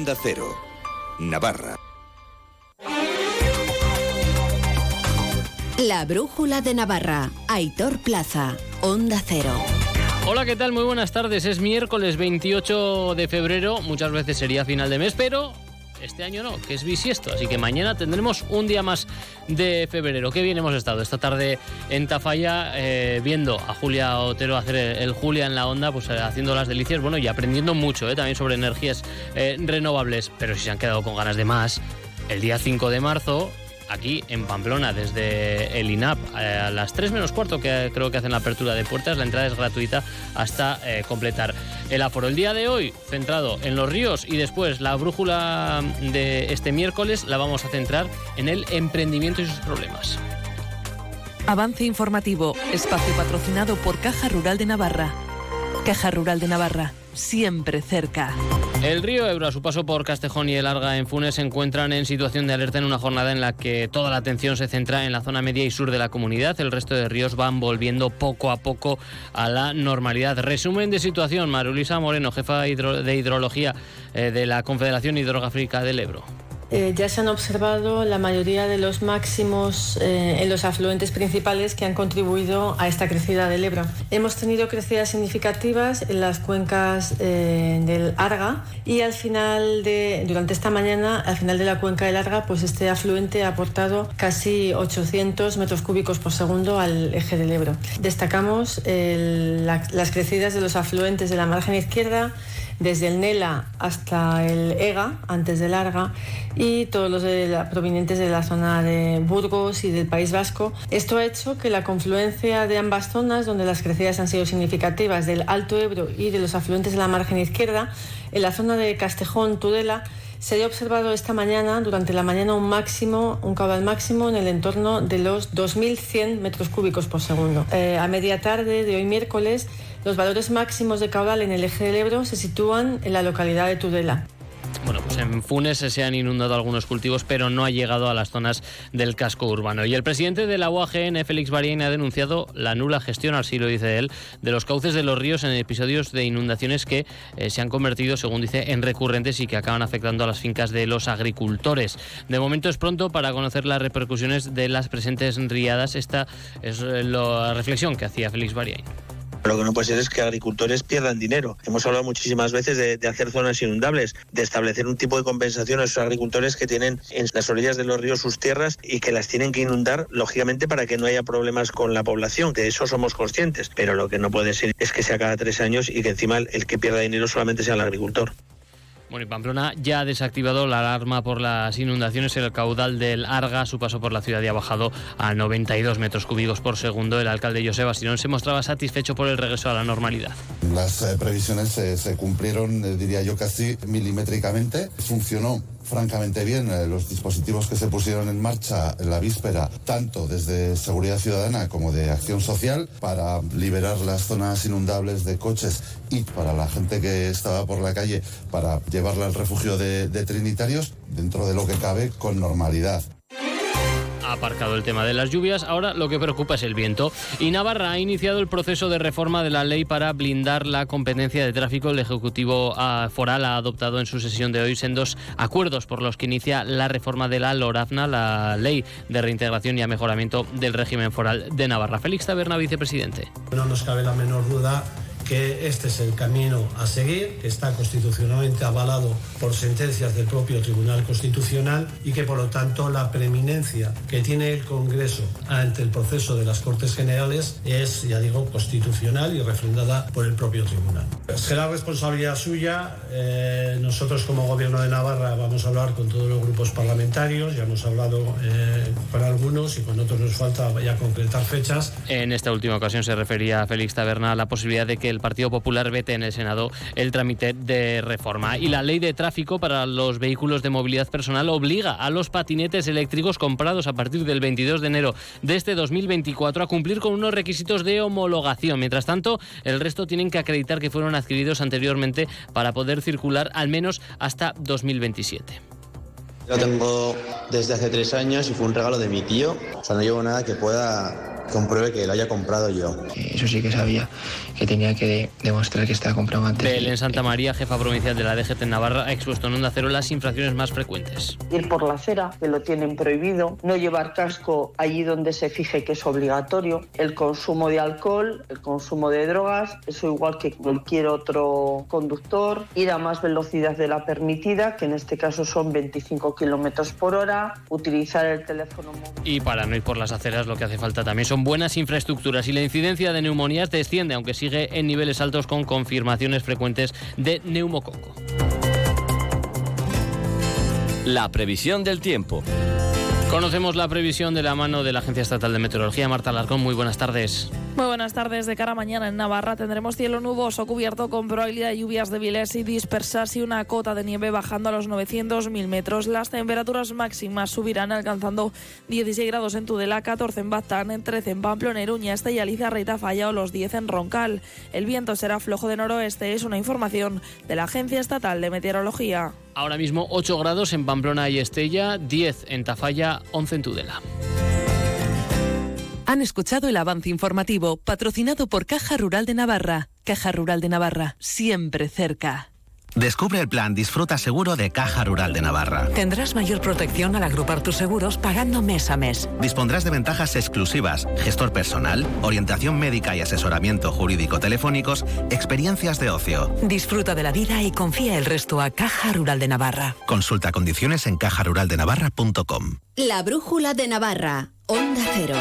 Onda Cero, Navarra. La brújula de Navarra. Aitor Plaza, Onda Cero. Hola, ¿qué tal? Muy buenas tardes. Es miércoles 28 de febrero. Muchas veces sería final de mes, pero este año no, que es bisiesto. Así que mañana tendremos un día más de febrero. Qué bien hemos estado esta tarde en Tafalla, viendo a Julia Otero hacer el Julia en la Onda, pues haciendo las delicias, bueno, y aprendiendo mucho también sobre energías renovables. Pero si se han quedado con ganas de más, el día 5 de marzo... aquí en Pamplona, desde el INAP, a las 3 menos cuarto, que creo que hacen la apertura de puertas. La entrada es gratuita hasta completar el aforo. El día de hoy, centrado en los ríos, y después la brújula de este miércoles la vamos a centrar en el emprendimiento y sus problemas. Avance informativo, espacio patrocinado por Caja Rural de Navarra. Caja Rural de Navarra, siempre cerca. El río Ebro, a su paso por Castejón y el Arga en Funes, se encuentran en situación de alerta en una jornada en la que toda la atención se centra en la zona media y sur de la comunidad. El resto de ríos van volviendo poco a poco a la normalidad. Resumen de situación, Marulisa Moreno, jefa de hidrología de la Confederación Hidrográfica del Ebro. Ya se han observado la mayoría de los máximos en los afluentes principales que han contribuido a esta crecida del Ebro. Hemos tenido crecidas significativas en las cuencas del Arga, y durante esta mañana, al final de la cuenca del Arga, pues este afluente ha aportado casi 800 metros cúbicos por segundo al eje del Ebro. Destacamos las crecidas de los afluentes de la margen izquierda, desde el Nela hasta el Ega, antes del Arga, y todos los provenientes de la zona de Burgos y del País Vasco. Esto ha hecho que la confluencia de ambas zonas, donde las crecidas han sido significativas, del Alto Ebro y de los afluentes de la margen izquierda, en la zona de Castejón, Tudela, se haya observado esta mañana, durante la mañana, un caudal máximo en el entorno de los 2.100 metros cúbicos por segundo. A media tarde de hoy miércoles, los valores máximos de caudal en el eje del Ebro se sitúan en la localidad de Tudela. Bueno, pues en Funes se han inundado algunos cultivos, pero no ha llegado a las zonas del casco urbano. Y el presidente de la UAGN, Félix Bariain, ha denunciado la nula gestión, así lo dice él, de los cauces de los ríos en episodios de inundaciones que se han convertido, según dice, en recurrentes y que acaban afectando a las fincas de los agricultores. De momento es pronto para conocer las repercusiones de las presentes riadas. Esta es la reflexión que hacía Félix Bariain. Lo que no puede ser es que agricultores pierdan dinero. Hemos hablado muchísimas veces de hacer zonas inundables, de establecer un tipo de compensación a esos agricultores que tienen en las orillas de los ríos sus tierras y que las tienen que inundar, lógicamente, para que no haya problemas con la población. De eso somos conscientes. Pero lo que no puede ser es que sea cada 3 años y que encima el que pierda dinero solamente sea el agricultor. Bueno, y Pamplona ya ha desactivado la alarma por las inundaciones. El caudal del Arga, a su paso por la ciudad, ya ha bajado a 92 metros cúbicos por segundo. El alcalde Joseba Sirón se mostraba satisfecho por el regreso a la normalidad. Las previsiones se cumplieron, diría yo, casi milimétricamente. Funcionó francamente bien los dispositivos que se pusieron en marcha en la víspera, tanto desde Seguridad Ciudadana como de Acción Social, para liberar las zonas inundables de coches y para la gente que estaba por la calle, para llevarla al refugio de Trinitarios, dentro de lo que cabe, con normalidad. Ha aparcado el tema de las lluvias, ahora lo que preocupa es el viento. Y Navarra ha iniciado el proceso de reforma de la ley para blindar la competencia de tráfico. El Ejecutivo Foral ha adoptado en su sesión de hoy sendos acuerdos por los que inicia la reforma de la LORAFNA, la Ley de Reintegración y Mejoramiento del Régimen Foral de Navarra. Félix Taberna, vicepresidente. No nos cabe la menor duda que este es el camino a seguir, que está constitucionalmente avalado por sentencias del propio Tribunal Constitucional y que, por lo tanto, la preeminencia que tiene el Congreso ante el proceso de las Cortes Generales es, ya digo, constitucional y refrendada por el propio Tribunal. Será responsabilidad suya. Nosotros, como Gobierno de Navarra, vamos a hablar con todos los grupos parlamentarios. Ya hemos hablado con algunos y con otros nos falta ya concretar fechas. En esta última ocasión se refería a Félix Taberna a la posibilidad de que el Partido Popular vete en el Senado el trámite de reforma. Y la ley de tráfico para los vehículos de movilidad personal obliga a los patinetes eléctricos comprados a partir del 22 de enero de este 2024 a cumplir con unos requisitos de homologación. Mientras tanto, el resto tienen que acreditar que fueron adquiridos anteriormente para poder circular al menos hasta 2027. Lo tengo desde hace 3 años y fue un regalo de mi tío. O sea, no llevo nada que pueda compruebe que lo haya comprado yo. Eso sí que sabía, que tenía que demostrar que estaba comprado antes. Belén Santamaría, jefa provincial de la DGT en Navarra, ha expuesto en Onda Cero las infracciones más frecuentes. Ir por la acera, que lo tienen prohibido, no llevar casco allí donde se fije que es obligatorio, el consumo de alcohol, el consumo de drogas, eso igual que cualquier otro conductor, ir a más velocidad de la permitida, que en este caso son 25 kilómetros por hora, utilizar el teléfono móvil. Y para no ir por las aceras, lo que hace falta también son buenas infraestructuras, y la incidencia de neumonías desciende, aunque sigue en niveles altos con confirmaciones frecuentes de neumococo. La previsión del tiempo. Conocemos la previsión de la mano de la Agencia Estatal de Meteorología. Marta Alarcón, muy buenas tardes. Muy buenas tardes. De cara a mañana en Navarra tendremos cielo nuboso cubierto con probabilidad de lluvias débiles y dispersas y una cota de nieve bajando a los 900.000 metros. Las temperaturas máximas subirán alcanzando 16 grados en Tudela, 14 en Baztán, 13 en Pamplona, Iruña, Estella, Lizarra y Tafalla o los 10 en Roncal. El viento será flojo de noroeste. Es una información de la Agencia Estatal de Meteorología. Ahora mismo 8 grados en Pamplona y Estella, 10 en Tafalla, 11 en Tudela. Han escuchado el avance informativo patrocinado por Caja Rural de Navarra. Caja Rural de Navarra, siempre cerca. Descubre el plan Disfruta Seguro de Caja Rural de Navarra. Tendrás mayor protección al agrupar tus seguros pagando mes a mes. Dispondrás de ventajas exclusivas, gestor personal, orientación médica y asesoramiento jurídico telefónicos, experiencias de ocio. Disfruta de la vida y confía el resto a Caja Rural de Navarra. Consulta condiciones en cajaruraldenavarra.com. La brújula de Navarra, Onda Cero.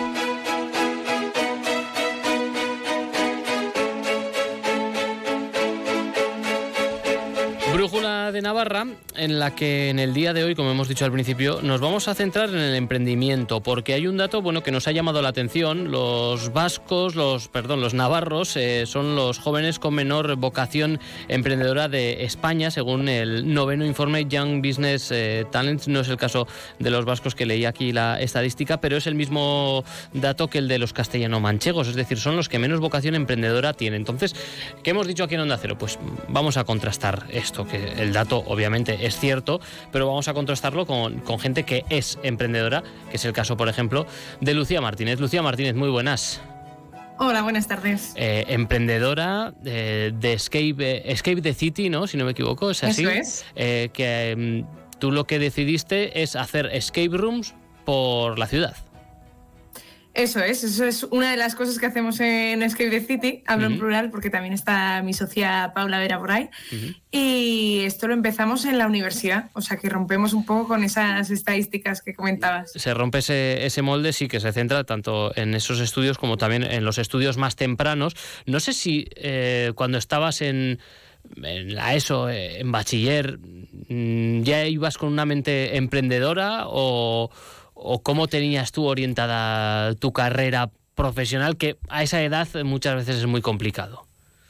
Brújula de Navarra, en la que en el día de hoy, como hemos dicho al principio, nos vamos a centrar en el emprendimiento, porque hay un dato que nos ha llamado la atención. Los navarros son los jóvenes con menor vocación emprendedora de España, según el 9º informe Young Business Talents. No es el caso de los vascos, que leí aquí la estadística, pero es el mismo dato que el de los castellano-manchegos, es decir, son los que menos vocación emprendedora tienen. Entonces, ¿qué hemos dicho aquí en Onda Cero? Pues vamos a contrastar esto, que el dato obviamente es cierto, pero vamos a contrastarlo con gente que es emprendedora, que es el caso, por ejemplo, de Lucía Martínez. Lucía Martínez, muy buenas. Hola, buenas tardes. Emprendedora de Escape the City, ¿no? Si no me equivoco, ¿es así? Eso es. Que tú lo que decidiste es hacer escape rooms por la ciudad. Eso es una de las cosas que hacemos en Escape the City. Hablo en plural porque también está mi socia Paula Vera por ahí. Y esto lo empezamos en la universidad, o sea que rompemos un poco con esas estadísticas que comentabas. Se rompe ese molde, sí, que se centra tanto en esos estudios como también en los estudios más tempranos. No sé si cuando estabas en la ESO, en bachiller, ya ibas con una mente emprendedora o cómo tenías tú orientada tu carrera profesional, que a esa edad muchas veces es muy complicado.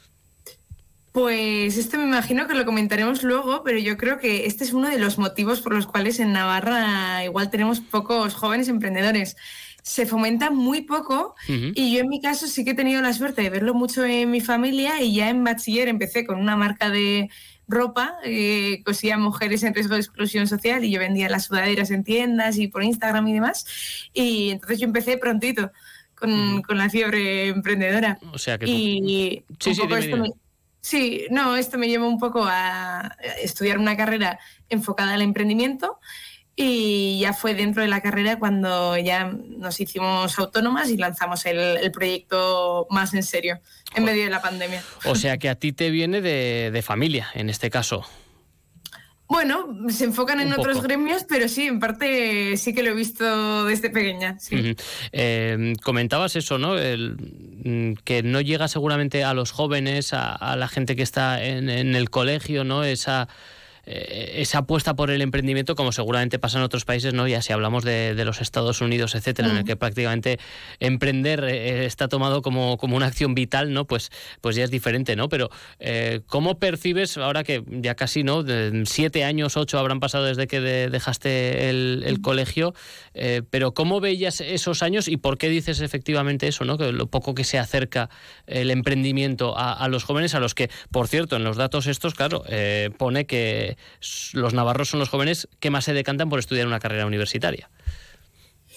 Pues esto me imagino que lo comentaremos luego, pero yo creo que este es uno de los motivos por los cuales en Navarra igual tenemos pocos jóvenes emprendedores. Se fomenta muy poco y yo en mi caso sí que he tenido la suerte de verlo mucho en mi familia, y ya en bachiller empecé con una marca de ropa, cosía mujeres en riesgo de exclusión social, y yo vendía las sudaderas en tiendas y por Instagram y demás, y entonces yo empecé prontito con la fiebre emprendedora. O sea que esto me llevó un poco a estudiar una carrera enfocada al emprendimiento, y ya fue dentro de la carrera cuando ya nos hicimos autónomas y lanzamos el proyecto más en serio, en medio de la pandemia. O sea que a ti te viene de familia, en este caso. Bueno, se enfocan en otros gremios, pero sí, en parte sí que lo he visto desde pequeña. Sí. Comentabas eso, ¿no? Que no llega seguramente a los jóvenes, a la gente que está en el colegio, ¿no? Esa apuesta por el emprendimiento, como seguramente pasa en otros países, ¿no? Ya si hablamos de los Estados Unidos, etcétera, en el que prácticamente emprender está tomado como una acción vital, ¿no? Pues ya es diferente, ¿no? Pero ¿cómo percibes, ahora que ya casi, ¿no? 7 años, 8 habrán pasado desde que dejaste el colegio, pero ¿cómo veías esos años y por qué dices efectivamente eso, ¿no? Que lo poco que se acerca el emprendimiento a los jóvenes, a los que, por cierto, en los datos estos, claro, pone que los navarros son los jóvenes que más se decantan por estudiar una carrera universitaria.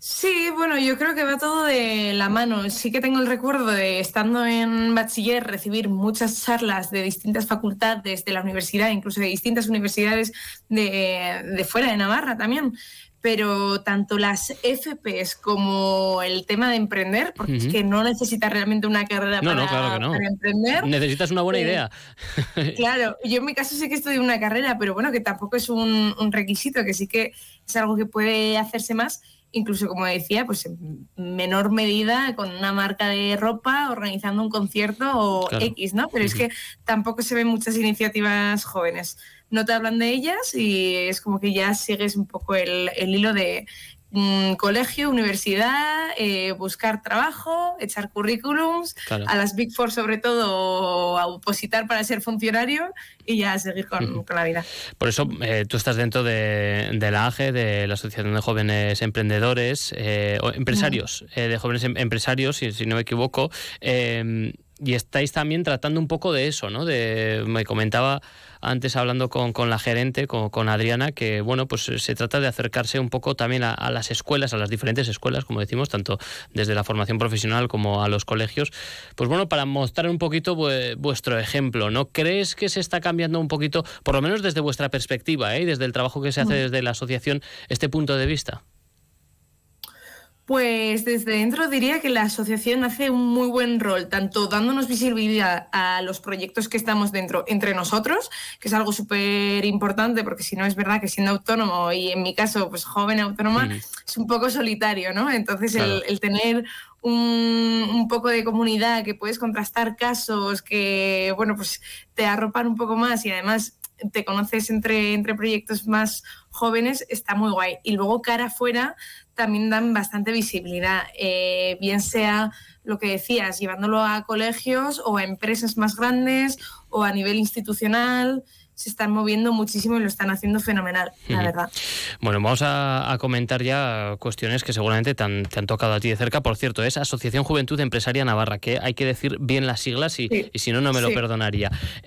Sí, bueno, yo creo que va todo de la mano. Sí que tengo el recuerdo de, estando en bachiller, recibir muchas charlas de distintas facultades de la universidad, incluso de distintas universidades de fuera de Navarra también. Pero tanto las FPs como el tema de emprender, porque es que no necesitas realmente una carrera para emprender. Necesitas una buena idea. Claro, yo en mi caso sí que estudié una carrera, pero bueno, que tampoco es un requisito, que sí que es algo que puede hacerse más. Incluso, como decía, pues en menor medida con una marca de ropa, organizando un concierto o X, ¿no? Pero es que tampoco se ven muchas iniciativas jóvenes. No te hablan de ellas y es como que ya sigues un poco el hilo de colegio, universidad, buscar trabajo, echar currículums, a las Big Four sobre todo, a opositar para ser funcionario y ya seguir con la vida. Por eso tú estás dentro de la AGE, de la Asociación de Jóvenes Emprendedores, o empresarios, de jóvenes empresarios, si no me equivoco, y estáis también tratando un poco de eso, ¿no? Me comentaba antes, hablando con la gerente, con Adriana, que bueno, pues se trata de acercarse un poco también a las escuelas, a las diferentes escuelas, como decimos, tanto desde la formación profesional como a los colegios, pues bueno, para mostrar un poquito vuestro ejemplo, ¿no? ¿Crees que se está cambiando un poquito, por lo menos desde vuestra perspectiva, y desde el trabajo que se hace desde la asociación, este punto de vista? Pues desde dentro diría que la asociación hace un muy buen rol, tanto dándonos visibilidad a los proyectos que estamos dentro entre nosotros, que es algo súper importante, porque si no es verdad que siendo autónomo y en mi caso pues joven autónoma es un poco solitario, ¿no? Entonces el tener un poco de comunidad, que puedes contrastar casos, que bueno, pues te arropan un poco más y además te conoces entre proyectos más jóvenes, está muy guay. Y luego cara afuera también dan bastante visibilidad, bien sea lo que decías, llevándolo a colegios o a empresas más grandes o a nivel institucional. Se están moviendo muchísimo y lo están haciendo fenomenal, la verdad. Bueno, vamos a comentar ya cuestiones que seguramente te han tocado a ti de cerca. Por cierto, es Asociación Juventud Empresaria Navarra, que hay que decir bien las siglas y si no me lo perdonaría.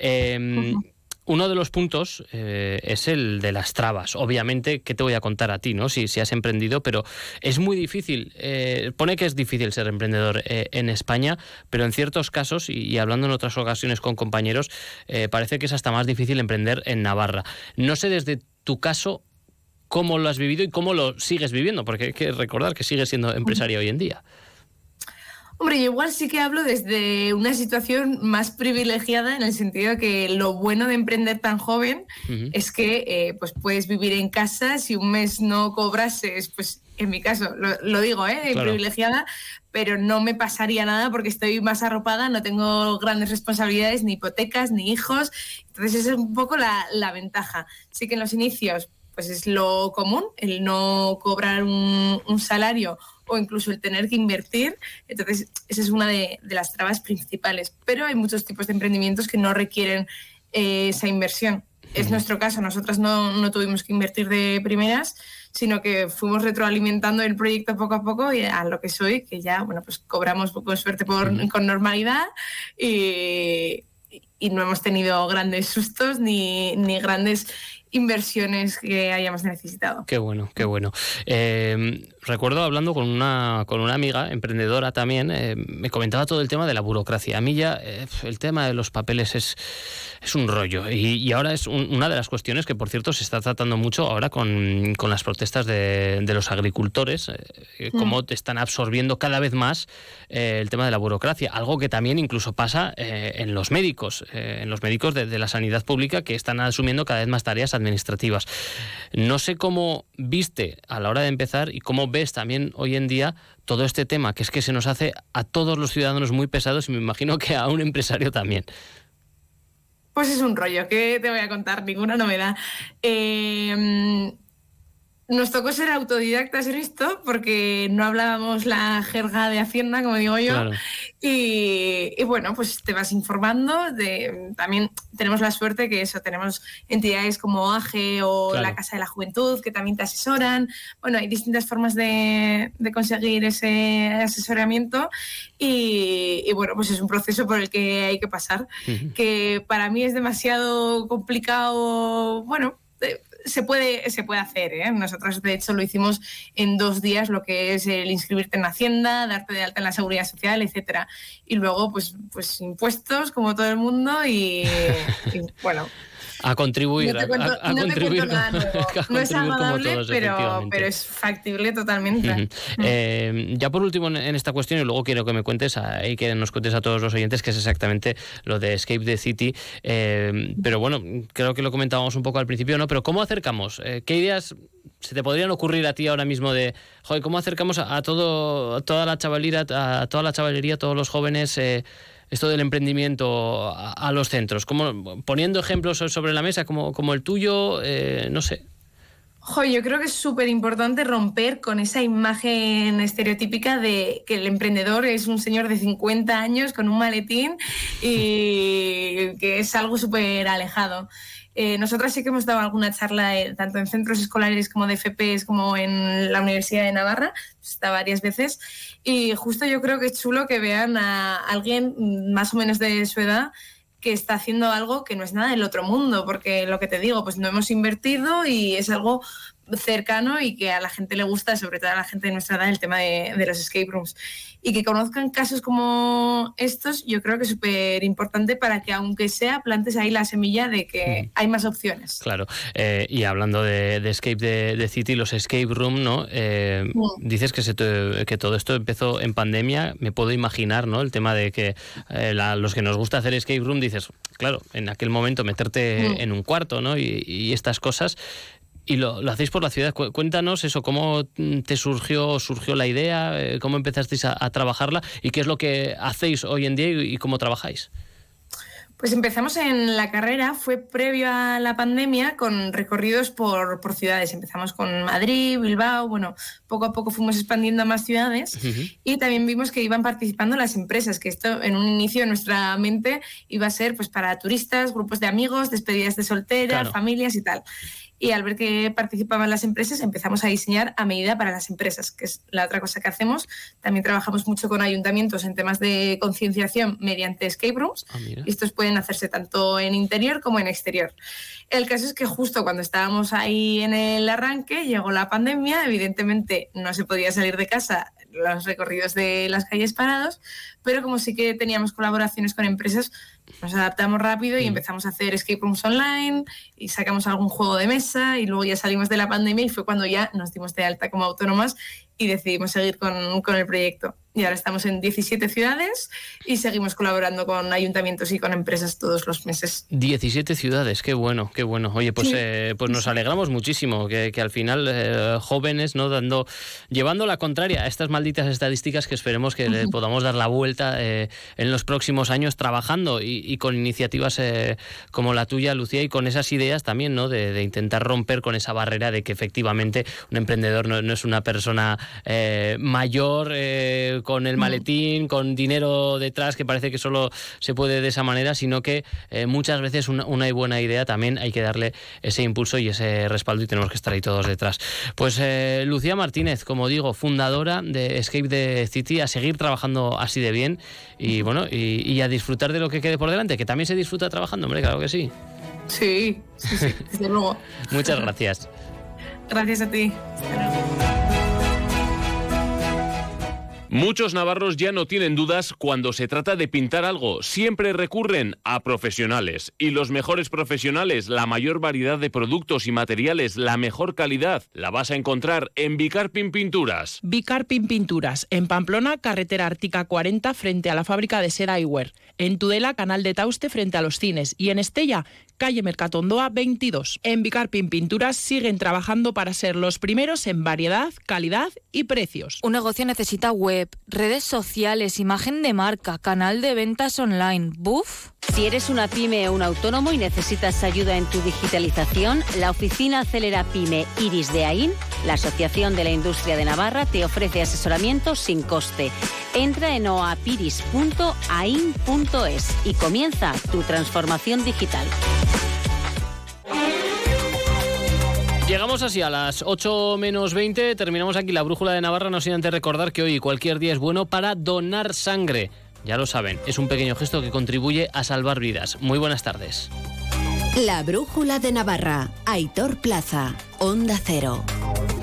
Uno de los puntos es el de las trabas. Obviamente, ¿qué te voy a contar a ti, no? Si has emprendido, pero es muy difícil. Pone que es difícil ser emprendedor en España, pero en ciertos casos, y hablando en otras ocasiones con compañeros, parece que es hasta más difícil emprender en Navarra. No sé desde tu caso cómo lo has vivido y cómo lo sigues viviendo, porque hay que recordar que sigues siendo empresaria hoy en día. Hombre, yo igual sí que hablo desde una situación más privilegiada, en el sentido de que lo bueno de emprender tan joven es que pues puedes vivir en casa. Si un mes no cobrases, pues en mi caso, lo digo, privilegiada, pero no me pasaría nada porque estoy más arropada, no tengo grandes responsabilidades, ni hipotecas, ni hijos. Entonces esa es un poco la ventaja. Sí que en los inicios pues es lo común, el no cobrar un salario o incluso el tener que invertir. Entonces esa es una de las trabas principales, pero hay muchos tipos de emprendimientos que no requieren esa inversión. Es nuestro caso, nosotras no tuvimos que invertir de primeras, sino que fuimos retroalimentando el proyecto poco a poco, y a lo que soy, que ya bueno, pues cobramos con suerte con normalidad y no hemos tenido grandes sustos ni grandes inversiones que hayamos necesitado. Qué bueno, qué bueno. Recuerdo hablando con una amiga emprendedora también, me comentaba todo el tema de la burocracia. A mí ya el tema de los papeles es un rollo, y ahora es una de las cuestiones que, por cierto, se está tratando mucho ahora con las protestas de los agricultores, cómo te están absorbiendo cada vez más el tema de la burocracia, algo que también incluso pasa en los médicos de la sanidad pública, que están asumiendo cada vez más tareas administrativas. No sé cómo viste a la hora de empezar y cómo ves también hoy en día todo este tema, que es que se nos hace a todos los ciudadanos muy pesados, y me imagino que a un empresario también. Pues es un rollo, ¿qué te voy a contar? Ninguna novedad. Nos tocó ser autodidactas en esto porque no hablábamos la jerga de Hacienda, como digo yo. Claro. Y bueno, pues te vas informando. También tenemos la suerte que tenemos entidades como AGE o la Casa de la Juventud, que también te asesoran. Bueno, hay distintas formas de conseguir ese asesoramiento, y bueno, pues es un proceso por el que hay que pasar, que para mí es demasiado complicado. Bueno, se puede hacer, ¿eh? Nosotros, de hecho, lo hicimos en 2 días, lo que es el inscribirte en Hacienda, darte de alta en la Seguridad Social, etcétera. Y luego, pues impuestos, como todo el mundo, y bueno... A contribuir. No te cuento nada nuevo. No es agradable, pero es factible totalmente. Ya por último en esta cuestión, y luego quiero que me cuentes y que nos cuentes a todos los oyentes qué es exactamente lo de Escape the City. Pero bueno, creo que lo comentábamos un poco al principio, ¿no? Pero ¿cómo acercamos? ¿Qué ideas se te podrían ocurrir a ti ahora mismo de, joder, cómo acercamos a toda la chavalería, a todos los jóvenes, esto del emprendimiento a los centros? Como poniendo ejemplos sobre la mesa como el tuyo, no sé. Yo creo que es súper importante romper con esa imagen estereotípica de que el emprendedor es un señor de 50 años con un maletín y que es algo súper alejado. Nosotras sí que hemos dado alguna charla tanto en centros escolares como de FPs como en la Universidad de Navarra, está varias veces, y justo yo creo que es chulo que vean a alguien más o menos de su edad que está haciendo algo que no es nada del otro mundo, porque lo que te digo, pues no hemos invertido y es algo cercano y que a la gente le gusta, sobre todo a la gente de nuestra edad, el tema de los escape rooms. Y que conozcan casos como estos, yo creo que es súper importante para que, aunque sea, plantes ahí la semilla de que hay más opciones. Claro. Y hablando de Escape the City, los escape room, ¿no? Dices que todo esto empezó en pandemia. Me puedo imaginar, ¿no? El tema de que los que nos gusta hacer escape room, dices, claro, en aquel momento meterte en un cuarto, ¿no? Y estas cosas. Y lo hacéis por la ciudad. Cuéntanos eso, cómo te surgió la idea, cómo empezasteis a trabajarla y qué es lo que hacéis hoy en día y cómo trabajáis. Pues empezamos en la carrera, fue previo a la pandemia, con recorridos por ciudades. Empezamos con Madrid, Bilbao, bueno, poco a poco fuimos expandiendo a más ciudades y también vimos que iban participando las empresas, que esto en un inicio en nuestra mente iba a ser pues para turistas, grupos de amigos, despedidas de solteras, familias y tal. Y al ver que participaban las empresas, empezamos a diseñar a medida para las empresas, que es la otra cosa que hacemos. También trabajamos mucho con ayuntamientos en temas de concienciación mediante escape rooms. Y estos pueden hacerse tanto en interior como en exterior. El caso es que justo cuando estábamos ahí en el arranque, llegó la pandemia. Evidentemente no se podía salir de casa, los recorridos de las calles parados, pero como sí que teníamos colaboraciones con empresas, nos adaptamos rápido y empezamos a hacer escape rooms online y sacamos algún juego de mesa y luego ya salimos de la pandemia y fue cuando ya nos dimos de alta como autónomas y decidimos seguir con el proyecto. Y ahora estamos en 17 ciudades y seguimos colaborando con ayuntamientos y con empresas todos los meses. 17 ciudades, qué bueno, qué bueno. Oye, pues, sí. Pues nos alegramos muchísimo que al final jóvenes, ¿no? Llevando la contraria a estas malditas estadísticas, que esperemos que le podamos dar la vuelta en los próximos años, trabajando y con iniciativas como la tuya, Lucía, y con esas ideas también, ¿no? De intentar romper con esa barrera de que efectivamente un emprendedor no es una persona mayor, con el maletín, con dinero detrás, que parece que solo se puede de esa manera, sino que muchas veces una buena idea también hay que darle ese impulso y ese respaldo y tenemos que estar ahí todos detrás. Pues Lucía Martínez, como digo, fundadora de Escape the City, a seguir trabajando así de bien y bueno, y a disfrutar de lo que quede por delante, que también se disfruta trabajando, hombre, claro que sí. Sí, desde luego. Muchas gracias. Gracias a ti. Hasta luego. Muchos navarros ya no tienen dudas cuando se trata de pintar algo. Siempre recurren a profesionales. Y los mejores profesionales, la mayor variedad de productos y materiales, la mejor calidad, la vas a encontrar en Bicarpin Pinturas. Bicarpin Pinturas, en Pamplona, carretera Ártica 40, frente a la fábrica de seda Iwer. En Tudela, Canal de Tauste, frente a los cines. Y en Estella, calle Mercatondoa 22. En Bicarpin Pinturas siguen trabajando para ser los primeros en variedad, calidad y precios. Un negocio necesita web, redes sociales, imagen de marca, canal de ventas online. ¡Buf! Si eres una pyme o un autónomo y necesitas ayuda en tu digitalización, la oficina Acelera Pyme Iris de AIN, la Asociación de la Industria de Navarra, te ofrece asesoramiento sin coste. Entra en oapiris.ain.es y comienza tu transformación digital. Llegamos así a las 8 menos 20, terminamos aquí la Brújula de Navarra, no sin antes recordar que hoy cualquier día es bueno para donar sangre. Ya lo saben, es un pequeño gesto que contribuye a salvar vidas. Muy buenas tardes. La brújula de Navarra. Aitor Plaza. Onda Cero.